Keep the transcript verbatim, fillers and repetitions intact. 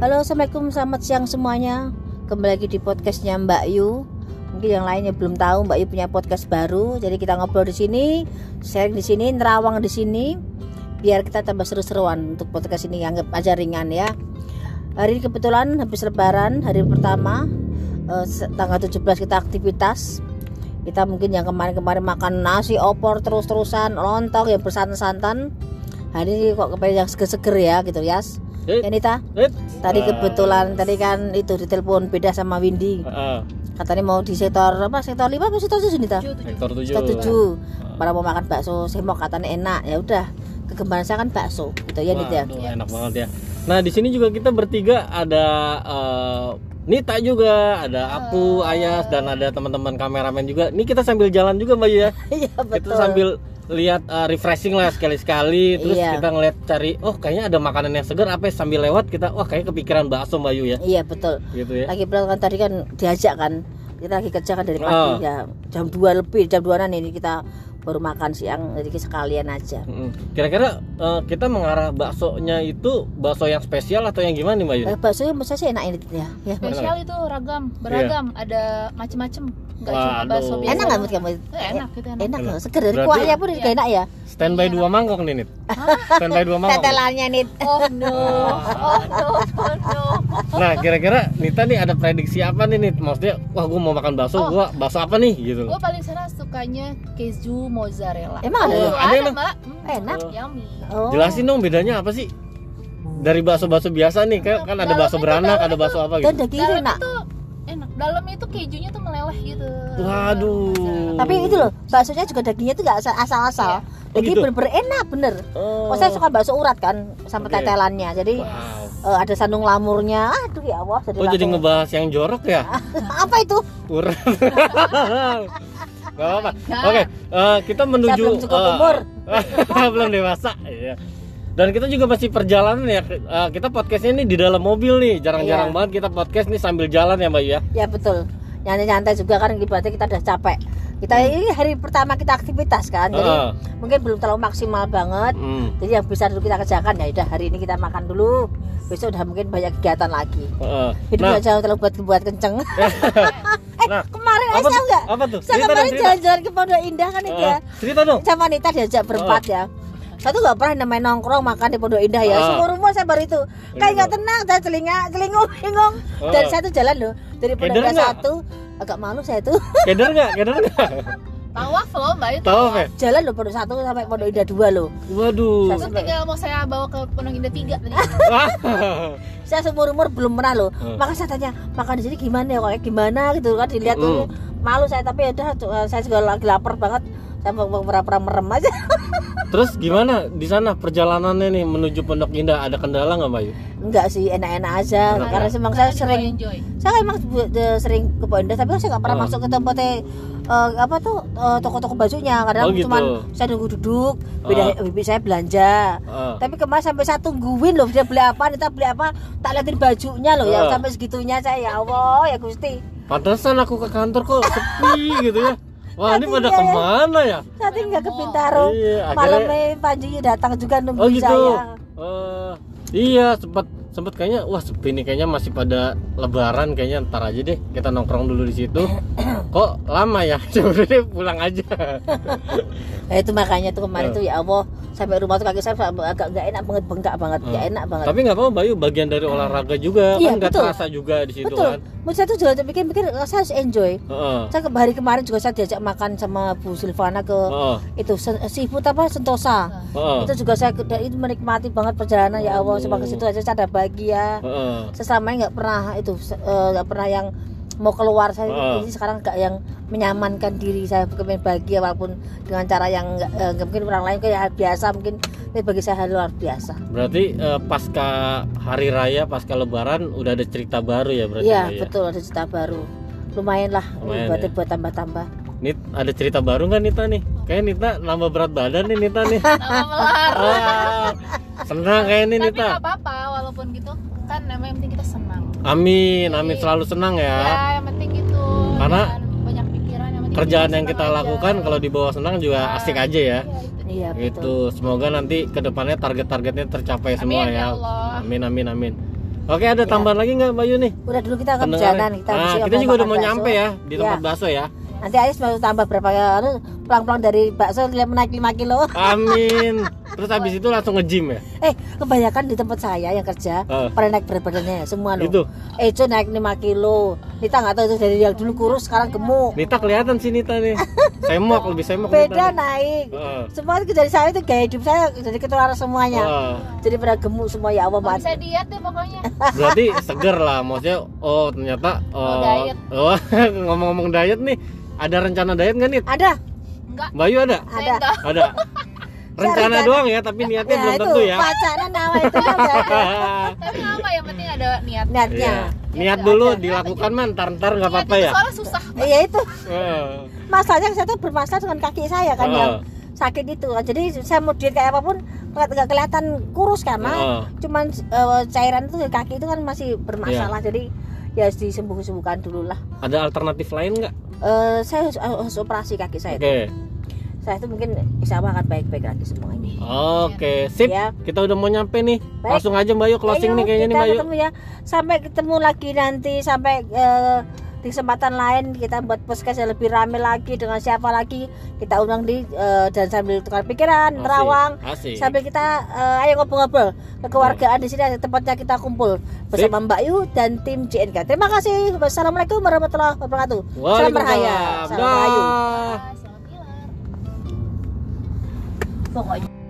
Halo, assalamualaikum, selamat siang semuanya. Kembali lagi di podcastnya Mbak Yu. Mungkin yang lainnya belum tahu, Mbak Yu punya podcast baru. Jadi kita ngobrol di sini, sharing di sini, nerawang di sini, biar kita tambah seru-seruan untuk podcast ini. Anggap aja ringan ya. Hari ini kebetulan habis Lebaran, hari pertama, eh, tanggal tujuh belas kita aktivitas. Kita mungkin yang kemarin-kemarin makan nasi opor terus-terusan, lontong yang bersantan-santan. Hari ini kok kepengen yang seger-seger ya gitu ya. Eh, Ya Nita, eh. tadi Ah. kebetulan tadi kan itu ditelepon beda sama Windy. Ah, Katanya mau di sektor apa? Sektor lima apa sektor tujuh Nita? sektor tujuh. Sektor tujuh. Para mau makan bakso semok katanya enak. Ya udah, kegembaran saya kan bakso gitu ya Nita. Waduh, enak banget ya. Nah, di sini juga kita bertiga ada eh, Nita juga, ada aku, Ayas, dan ada teman-teman kameramen juga. Ini kita sambil jalan juga Mbak Yu ya. Iya Kita betul. sambil lihat uh, refreshing lah sekali-sekali. Terus Iya. kita ngeliat cari, oh kayaknya ada makanan yang segar apa ya, sambil lewat kita, wah kayaknya kepikiran bakso Mbak Yu ya. Iya betul. Gitu ya. Lagi pula kan tadi kan diajak kan. Kita lagi kerja kan dari pagi Oh. ya. Jam dua lebih, jam dua-an ini kita baru makan siang, jadi sekalian aja. Mm-mm. Kira-kira uh, kita mengarah baksonya itu bakso yang spesial atau yang gimana nih Mbak Yu? Eh, baksonya menurut saya sih enak ini ya. Ya. Spesial itu ragam, beragam, ada macem-macem. Enggak cuma Waduh. bakso biasa. Enak nggak menurut kamu? Eh, enak gitu enak. Enak Enak. loh, seger dari Berarti- kuahnya pun Iya. juga enak ya. Standby dua mangkok nih Nit. Standby dua mangkok. Tetelannya nih. Oh no. Oh no. Oh no. Nah, kira-kira Nita nih ada prediksi apa nih Nit? Maksudnya, wah gue mau makan bakso, Oh. gua bakso apa nih gitu Gue loh. paling sana sukanya keju mozzarella. Emang ada? Oh, Ada ada, emang? Mbak. Hmm, Enak. Yummy. Oh. Jelasin dong bedanya apa sih? Dari bakso-bakso biasa nih, kan, kan ada Dalamnya bakso itu- beranak, dalamnya ada bakso apa Dan gitu. dagingnya Dalamnya enak. tuh enak. Dalamnya itu kejunya tuh meleleh gitu. Waduh. Tapi itu loh, baksonya juga dagingnya tuh nggak asal- asal-asal. Iya. Oh, Daging gitu? bener-bener enak bener. Oh. Oh, saya suka bakso urat kan, sama Oke. tetelannya. Jadi Wow. eh, ada sandung lamurnya. Aduh ya Allah. Oh jadi langsung- ngebahas yang jorok ya? apa itu? Urat. Gak apa-apa. Oke, eh, kita menuju. Saya belum cukup eh, umur. belum dewasa. Iya. Dan kita juga masih perjalanan ya. Eh, kita podcastnya ini di dalam mobil nih. Jarang-jarang Iya. banget kita podcast nih sambil jalan ya Mbak Yu ya. Ya betul. Nyantai-nyantai juga kan, ibaratnya kita udah capek. Kita ini hari pertama kita aktivitas kan, jadi Heeh. mungkin belum terlalu maksimal banget. Hmm. Jadi yang bisa dulu kita kerjakan ya udah hari ini kita makan dulu. Besok udah mungkin banyak kegiatan lagi. Heeh. Hidup Nah, nggak jauh terlalu buat buat kenceng. eh nah, kemarin apa eh, saya tuh? enggak? Apa tuh? Saya Cerita kemarin dong, cerita. jalan-jalan ke Pondok Indah kan itu ya. Heeh. Cerita dong. Sama Nita diajak berempat ya. Saya tuh nggak pernah namanya nongkrong makan di Pondok Indah ya. Ah. Seumur umur saya baru itu. Kayak nggak tenang, saya celingak, celingung, bingung. Dan Ah. saya tuh jalan loh dari Pondok Keder Indah nggak? satu. Agak malu saya tuh. Keder nggak? Keder nggak? Tawaf loh Mbak itu. Tahu ya? Jalan loh Pondok satu sampai Pondok Indah dua loh. Waduh. Saya Terus tinggal mau saya bawa ke Pondok Indah tiga tadi. Wah. Saya seumur umur belum pernah loh. Hmm. Maka saya tanya makan di sini gimana ya, kayak gimana gitu kan, dilihat tuh malu saya, tapi ya udah saya juga lagi lapar banget. Saya mau pura-pura merem aja. Terus gimana di sana perjalanannya nih menuju Pondok Indah, ada kendala nggak Mbak Yu? Enggak sih, enak-enak aja. Enak Karena ya? memang saya Juga sering enjoy. saya emang bu- de- sering ke Pondok Indah, tapi saya nggak pernah Oh. masuk ke tempatnya eh, apa tuh eh, toko-toko bajunya. Kadang Oh, gitu. cuman saya nunggu duduk, beda Oh. bibi saya belanja. Ah. Tapi kemarin sampai saya tungguin loh, dia beli apa, kita beli apa, tak liatin bajunya loh ya, Ah. sampai segitunya saya, ya Allah ya Gusti. Pantesan aku ke kantor kok sepi gitu ya. Wah ini pada Iya, ya. kemana ya? Saya tinggal ke Bintaro. Iya, akhirnya- Malamnya Panji datang juga nunggu Oh gitu. saya. Eh, iya sempat sempat kayaknya wah sepi nih, kayaknya masih pada Lebaran, kayaknya ntar aja deh kita nongkrong dulu di situ. Kok lama ya? Coba deh pulang aja. Nah, itu makanya tuh kemarin Oh. tuh ya Allah, sampai rumah tuh kaki saya agak nggak enak banget, bengkak banget, nggak enak banget. Tapi nggak apa-apa Bayu, bagian dari olahraga juga Iya, kan nggak betul. terasa juga di situ Betul. kan. Menurut saya tuh juga pikir-pikir saya harus enjoy. Heeh. Saya ke hari kemarin juga saya diajak makan sama Bu Silvana ke Heeh. itu sen- seafood apa Sentosa. Heeh. Itu juga saya ke- itu menikmati banget perjalanan ya Allah, sebab ke situ aja saya ada bahagia. Heeh. Saya selama ini nggak pernah itu eh, nggak pernah yang mau keluar, saya Oh. ini sekarang nggak yang menyamankan diri saya, pengen bahagia walaupun dengan cara yang nggak eh, nggak mungkin orang lain kayak hal biasa, mungkin tapi bagi saya hal luar biasa. Berarti eh, pasca hari raya, pasca Lebaran udah ada cerita baru ya berarti. Iya Mbak, ya? betul, ada cerita baru, lumayan lah Lumayan, buat ya. buat tambah-tambah. Nit, ada cerita baru nggak Nita nih? Kayaknya Nita nambah berat badan nih Nita nih. Nama melar. Ah, senang kayak ini Tapi Nita. nggak apa-apa walaupun gitu kan, namanya yang penting kita senang. Amin, amin selalu senang Ya, ya. yang penting gitu. Karena Jangan banyak pikiran, yang penting Kerjaan kita yang kita senang aja. lakukan kalau dibawa senang juga Nah, asik aja ya. Iya, itu. Iya betul. Gitu. Semoga nanti kedepannya target-targetnya tercapai semua Amin, ya. ya Allah. Amin amin amin. Oke, ada tambahan lagi nggak Mbak Yu nih? Udah dulu kita ke Pendengarnya. perjalanan kita. Nah, habis kita mau juga udah makan mau bakso. nyampe ya di tempat Ya. bakso ya. Nanti Aris mau tambah berapa ya? Anu, pelang-pelang dari bakso naik lima kilo. Amin. Terus habis itu langsung nge-gym ya? Eh, kebanyakan di tempat saya yang kerja Uh. pada naik berat badannya semua loh. Itu. Ejo naik lima kilo. Nita nggak tahu itu dari yang dulu kurus sekarang gemuk. Nita kelihatan sih Nita nih. Semok, lebih semok Beda Nita nih. naik. Uh. Semua itu dari saya itu gaya hidup saya jadi ketularan semuanya. Uh. Jadi pada gemuk semua ya Allah. Nggak Mbak. bisa diet deh pokoknya. Berarti seger lah, maksudnya oh ternyata Oh, diet. oh ngomong-ngomong diet nih, ada rencana diet nggak nih? Ada, Enggak. Mbak Yu ada? Saya ada. enggak. Ada. Rencana rencana. doang ya, tapi niatnya belum itu tentu ya. pacaran nama itu kan nggak ada Tapi nggak apa, yang penting ada niat. niatnya. Iya. Niat dulu dilakukan man, ntar-ntar nggak apa-apa Niat ya. itu soalnya susah. Iya itu Eh. masalahnya saya tuh bermasalah dengan kaki saya kan Uh. yang sakit itu. Jadi saya mau diet kayak apapun nggak nggak kelihatan kurus karena Uh. cuman eh, cairan itu di kaki itu kan masih bermasalah. Iya. Jadi ya disembuh-sembuhkan dulu lah. Ada alternatif lain nggak? Eh, saya harus, harus operasi kaki saya. Oke. Saya itu mungkin insya Allah akan baik-baik lagi semua ini. Oke, sip. Ya. Kita udah mau nyampe nih. Baik. Langsung aja Mbak Yu closing Ayo, nih kayaknya nih kita Mbak Yu. ketemu ya. Sampai ketemu lagi nanti sampai eh, di kesempatan lain kita buat podcast yang lebih rame lagi dengan siapa lagi kita undang di eh, dan sambil tukar pikiran Asik, nerawang asik. sambil kita eh, ayo ngobrol-ngobrol kekeluargaan di sini ada tempatnya kita kumpul bersama Mbak Yu dan tim J N K. Terima kasih. Wassalamualaikum warahmatullahi wabarakatuh. Salam Berhaya. Waalaikumsalam. Salam Rahayu. Dah. Selamat hilang. Pokoknya